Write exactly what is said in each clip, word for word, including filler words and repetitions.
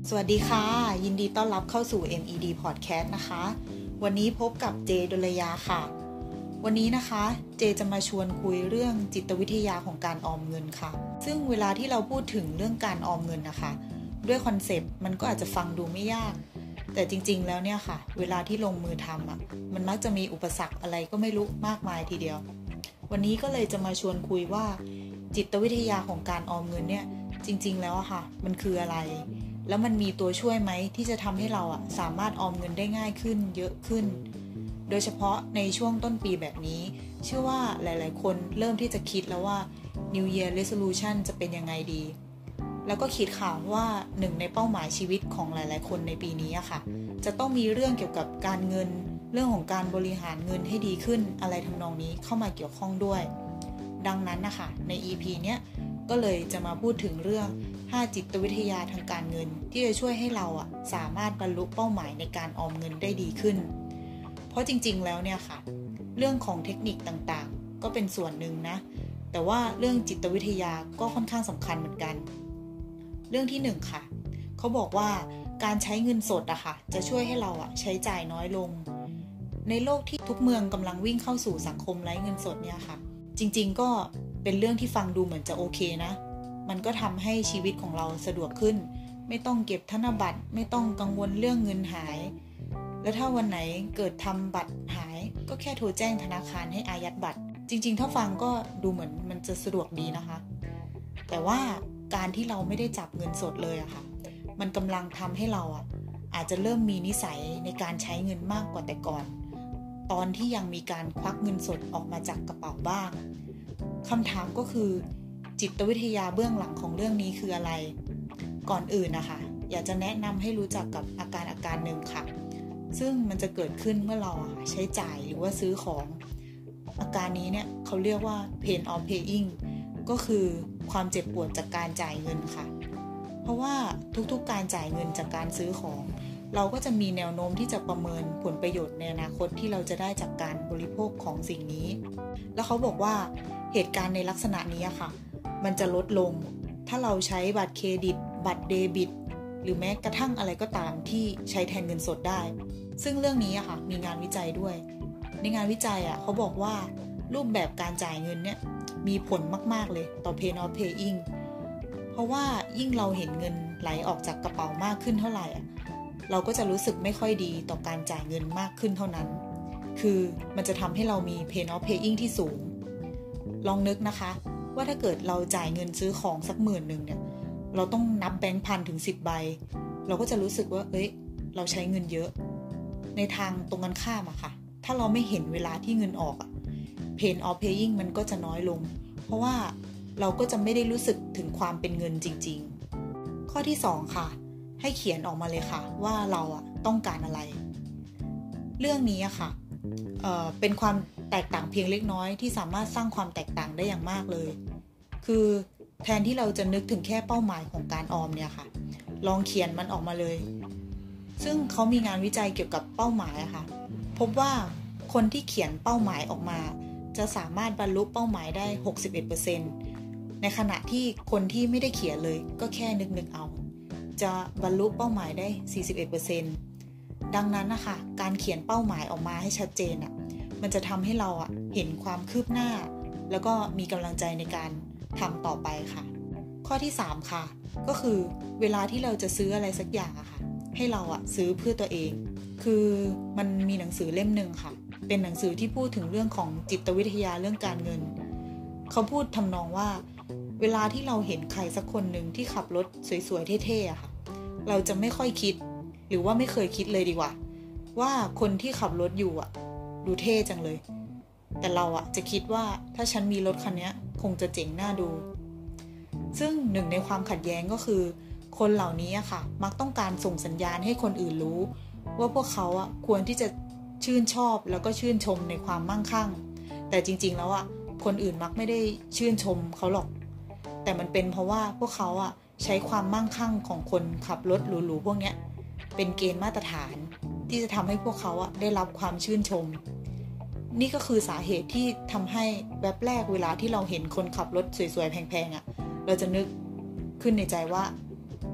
สวัสดีค่ะยินดีต้อนรับเข้าสู่ เอ็ม อี ดี Podcast นะคะวันนี้พบกับเจดลยาค่ะวันนี้นะคะเจจะมาชวนคุยเรื่องจิตวิทยาของการออมเงินค่ะซึ่งเวลาที่เราพูดถึงเรื่องการออมเงินนะคะด้วยคอนเซปต์มันก็อาจจะฟังดูไม่ยากแต่จริงๆแล้วเนี่ยค่ะเวลาที่ลงมือทำอ่ะมันมักจะมีอุปสรรคอะไรก็ไม่รู้มากมายทีเดียววันนี้ก็เลยจะมาชวนคุยว่าจิตวิทยาของการออมเงินเนี่ยจริงๆแล้วอะค่ะมันคืออะไรแล้วมันมีตัวช่วยไหมที่จะทำให้เราอะสามารถออมเงินได้ง่ายขึ้นเยอะขึ้นโดยเฉพาะในช่วงต้นปีแบบนี้เชื่อว่าหลายๆคนเริ่มที่จะคิดแล้วว่า New Year Resolution จะเป็นยังไงดีแล้วก็คิดค่ะว่าหนึ่งในเป้าหมายชีวิตของหลายๆคนในปีนี้อะค่ะจะต้องมีเรื่องเกี่ยวกับการเงินเรื่องของการบริหารเงินให้ดีขึ้นอะไรทำนองนี้เข้ามาเกี่ยวข้องด้วยดังนั้นนะคะใน อี พี เนี้ยก็เลยจะมาพูดถึงเรื่องห้าจิตวิทยาทางการเงินที่จะช่วยให้เราอะสามารถบรรลุเป้าหมายในการออมเงินได้ดีขึ้นเพราะจริงๆแล้วเนี่ยค่ะเรื่องของเทคนิคต่างๆก็เป็นส่วนหนึ่งนะแต่ว่าเรื่องจิตวิทยาก็ค่อนข้างสำคัญเหมือนกันเรื่องที่หนึ่งค่ะเขาบอกว่าการใช้เงินสดอะค่ะจะช่วยให้เราอะใช้จ่ายน้อยลงในโลกที่ทุกเมืองกำลังวิ่งเข้าสู่สังคมไร้เงินสดเนี่ยค่ะจริงๆก็เป็นเรื่องที่ฟังดูเหมือนจะโอเคนะมันก็ทำให้ชีวิตของเราสะดวกขึ้นไม่ต้องเก็บธนบัตรไม่ต้องกังวลเรื่องเงินหายแล้วถ้าวันไหนเกิดทำบัตรหายก็แค่โทรแจ้งธนาคารให้อายัดบัตรจริงๆถ้าฟังก็ดูเหมือนมันจะสะดวกดีนะคะแต่ว่าการที่เราไม่ได้จับเงินสดเลยอะค่ะมันกำลังทำให้เราอะอาจจะเริ่มมีนิสัยในการใช้เงินมากกว่าแต่ก่อนตอนที่ยังมีการควักเงินสดออกมาจากกระเป๋าบ้างคำถามก็คือจิตวิทยาเบื้องหลังของเรื่องนี้คืออะไรก่อนอื่นนะคะอยากจะแนะนำให้รู้จักกับอาการอาการหนึ่งค่ะซึ่งมันจะเกิดขึ้นเมื่อเราใช้จ่ายหรือว่าซื้อของอาการนี้เนี่ยเขาเรียกว่า pain of paying ก็คือความเจ็บปวดจากการจ่ายเงินค่ะเพราะว่าทุกๆการจ่ายเงินจากการซื้อของเราก็จะมีแนวโน้มที่จะประเมินผลประโยชน์ในอนาคตที่เราจะได้จากการบริโภคของสิ่งนี้แล้วเขาบอกว่าเหตุการณ์ในลักษณะนี้ค่ะมันจะลดลงถ้าเราใช้บัตรเครดิตบัตรเดบิตหรือแม้กระทั่งอะไรก็ตามที่ใช้แทนเงินสดได้ซึ่งเรื่องนี้อะค่ะมีงานวิจัยด้วยในงานวิจัยอะเขาบอกว่ารูปแบบการจ่ายเงินเนี่ยมีผลมากๆเลยต่อ pain of paying เพราะว่ายิ่งเราเห็นเงินไหลออกจากกระเป๋ามากขึ้นเท่าไหร่อะเราก็จะรู้สึกไม่ค่อยดีต่อการจ่ายเงินมากขึ้นเท่านั้นคือมันจะทำให้เรามี pain of paying ที่สูงลองนึกนะคะว่าถ้าเกิดเราจ่ายเงินซื้อของสักหมื่นหนึ่งเนี่ยเราต้องนับแบงค์พันถึงสิบใบเราก็จะรู้สึกว่าเอ้ยเราใช้เงินเยอะในทางตรงกันข้ามอะค่ะถ้าเราไม่เห็นเวลาที่เงินออกอะ pain of paying มันก็จะน้อยลงเพราะว่าเราก็จะไม่ได้รู้สึกถึงความเป็นเงินจริงๆข้อที่สองค่ะให้เขียนออกมาเลยค่ะว่าเราอะต้องการอะไรเรื่องนี้อะค่ะเอ่อเป็นความแตกต่างเพียงเล็กน้อยที่สามารถสร้างความแตกต่างได้อย่างมากเลยคือแทนที่เราจะนึกถึงแค่เป้าหมายของการออมเนี่ยค่ะลองเขียนมันออกมาเลยซึ่งเขามีงานวิจัยเกี่ยวกับเป้าหมายอะค่ะพบว่าคนที่เขียนเป้าหมายออกมาจะสามารถบรรลุเป้าหมายได้ หกสิบเอ็ดเปอร์เซ็นต์ ในขณะที่คนที่ไม่ได้เขียนเลยก็แค่นึกๆเอาจะบรรลุเป้าหมายได้ สี่สิบเอ็ดเปอร์เซ็นต์ ดังนั้นนะคะการเขียนเป้าหมายออกมาให้ชัดเจนอะมันจะทำให้เราอะเห็นความคืบหน้าแล้วก็มีกำลังใจในการทำต่อไปค่ะข้อที่สามค่ะก็คือเวลาที่เราจะซื้ออะไรสักอย่างอะค่ะให้เราอะซื้อเพื่อตัวเองคือมันมีหนังสือเล่มหนึ่งค่ะเป็นหนังสือที่พูดถึงเรื่องของจิตวิทยาเรื่องการเงินเขาพูดทำนองว่าเวลาที่เราเห็นใครสักคนหนึ่งที่ขับรถสวยๆเท่ๆอะค่ะเราจะไม่ค่อยคิดหรือว่าไม่เคยคิดเลยดีกว่าว่าคนที่ขับรถอยู่อะดูเท่จังเลยแต่เราอะจะคิดว่าถ้าฉันมีรถคันนี้คงจะเจ๋งน่าดูซึ่งหนึ่งในความขัดแย้งก็คือคนเหล่านี้อะค่ะมักต้องการส่งสัญญาณให้คนอื่นรู้ว่าพวกเขาอะควรที่จะชื่นชอบแล้วก็ชื่นชมในความมั่งคั่งแต่จริงๆแล้วอะคนอื่นมักไม่ได้ชื่นชมเขาหรอกแต่มันเป็นเพราะว่าพวกเขาอะใช้ความมั่งคั่งของคนขับรถหรูๆพวกเนี้ยเป็นเกณฑ์มาตรฐานที่จะทำให้พวกเขาอะได้รับความชื่นชมนี่ก็คือสาเหตุที่ทำให้แวบแรกเวลาที่เราเห็นคนขับรถสวยๆแพงๆอะเราจะนึกขึ้นในใจว่า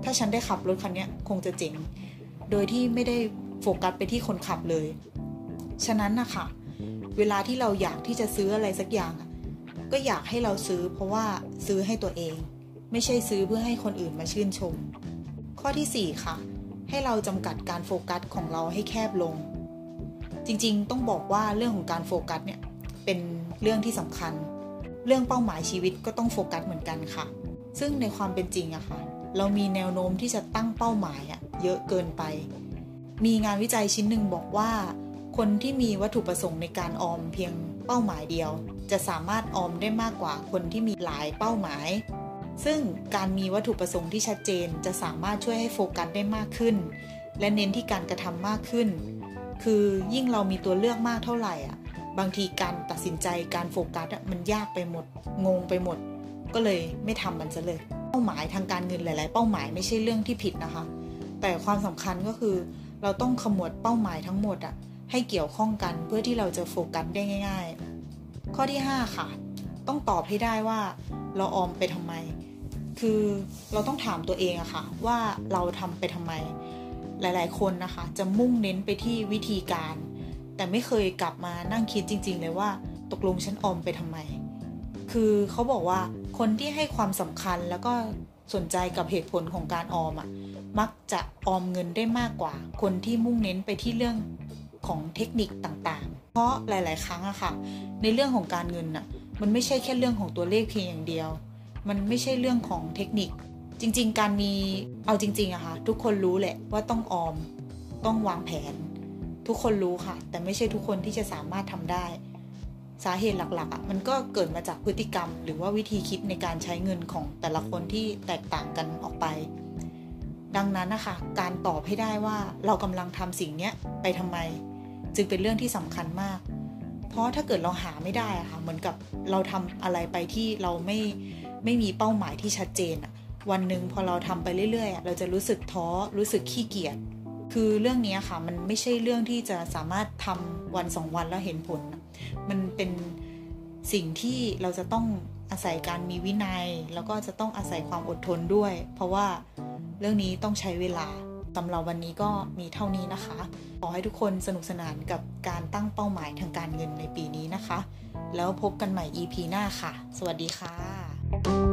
ถ้าฉันได้ขับรถคันนี้คงจะเจ๋งโดยที่ไม่ได้โฟกัสไปที่คนขับเลยฉะนั้นนะคะเวลาที่เราอยากที่จะซื้ออะไรสักอย่างก็อยากให้เราซื้อเพราะว่าซื้อให้ตัวเองไม่ใช่ซื้อเพื่อให้คนอื่นมาชื่นชมข้อที่สี่ค่ะให้เราจำกัดการโฟกัสของเราให้แคบลงจริงๆต้องบอกว่าเรื่องของการโฟกัสเนี่ยเป็นเรื่องที่สำคัญเรื่องเป้าหมายชีวิตก็ต้องโฟกัสเหมือนกันค่ะซึ่งในความเป็นจริงอะค่ะเรามีแนวโน้มที่จะตั้งเป้าหมายอะเยอะเกินไปมีงานวิจัยชิ้นหนึ่งบอกว่าคนที่มีวัตถุประสงค์ในการออมเพียงเป้าหมายเดียวจะสามารถออมได้มากกว่าคนที่มีหลายเป้าหมายซึ่งการมีวัตถุประสงค์ที่ชัดเจนจะสามารถช่วยให้โฟกัสได้มากขึ้นและเน้นที่การกระทำมากขึ้นคือยิ่งเรามีตัวเลือกมากเท่าไหร่อ่ะบางทีการตัดสินใจการโฟกัสมันยากไปหมดงงไปหมดก็เลยไม่ทำมันซะเลยเป้าหมายทางการเงินหลายๆเป้าหมายไม่ใช่เรื่องที่ผิดนะคะแต่ความสำคัญก็คือเราต้องขมวดเป้าหมายทั้งหมดอ่ะให้เกี่ยวข้องกันเพื่อที่เราจะโฟกัสได้ง่ายๆข้อที่ห้าค่ะต้องตอบให้ได้ว่าเราออมไปทำไมคือเราต้องถามตัวเองอะค่ะว่าเราทำไปทำไมหลายๆคนนะคะจะมุ่งเน้นไปที่วิธีการแต่ไม่เคยกลับมานั่งคิดจริงๆเลยว่าตกลงฉันออมไปทำไมคือเขาบอกว่าคนที่ให้ความสำคัญแล้วก็สนใจกับเหตุผลของการออมอะมักจะออมเงินได้มากกว่าคนที่มุ่งเน้นไปที่เรื่องของเทคนิคต่างๆเพราะหลายๆครั้งอะค่ะในเรื่องของการเงินอะมันไม่ใช่แค่เรื่องของตัวเลขเพียงอย่างเดียวมันไม่ใช่เรื่องของเทคนิคจริงๆการมีเอาจริงๆอะค่ะทุกคนรู้แหละว่าต้องออมต้องวางแผนทุกคนรู้ค่ะแต่ไม่ใช่ทุกคนที่จะสามารถทำได้สาเหตุหลักๆอะมันก็เกิดมาจากพฤติกรรมหรือว่าวิธีคิดในการใช้เงินของแต่ละคนที่แตกต่างกันออกไปดังนั้นนะคะการตอบให้ได้ว่าเรากำลังทำสิ่งนี้ไปทำไมจึงเป็นเรื่องที่สำคัญมากเพราะถ้าเกิดเราหาไม่ได้อะค่ะเหมือนกับเราทำอะไรไปที่เราไม่ไม่มีเป้าหมายที่ชัดเจนอะวันหนึ่งพอเราทำไปเรื่อยๆเราจะรู้สึกท้อรู้สึกขี้เกียจคือเรื่องนี้ค่ะมันไม่ใช่เรื่องที่จะสามารถทำวันสองวันแล้วเห็นผลมันเป็นสิ่งที่เราจะต้องอาศัยการมีวินัยแล้วก็จะต้องอาศัยความอดทนด้วยเพราะว่าเรื่องนี้ต้องใช้เวลาสำหรับวันนี้ก็มีเท่านี้นะคะขอให้ทุกคนสนุกสนานกับการตั้งเป้าหมายทางการเงินในปีนี้นะคะแล้วพบกันใหม่ อี พี หน้าค่ะสวัสดีค่ะ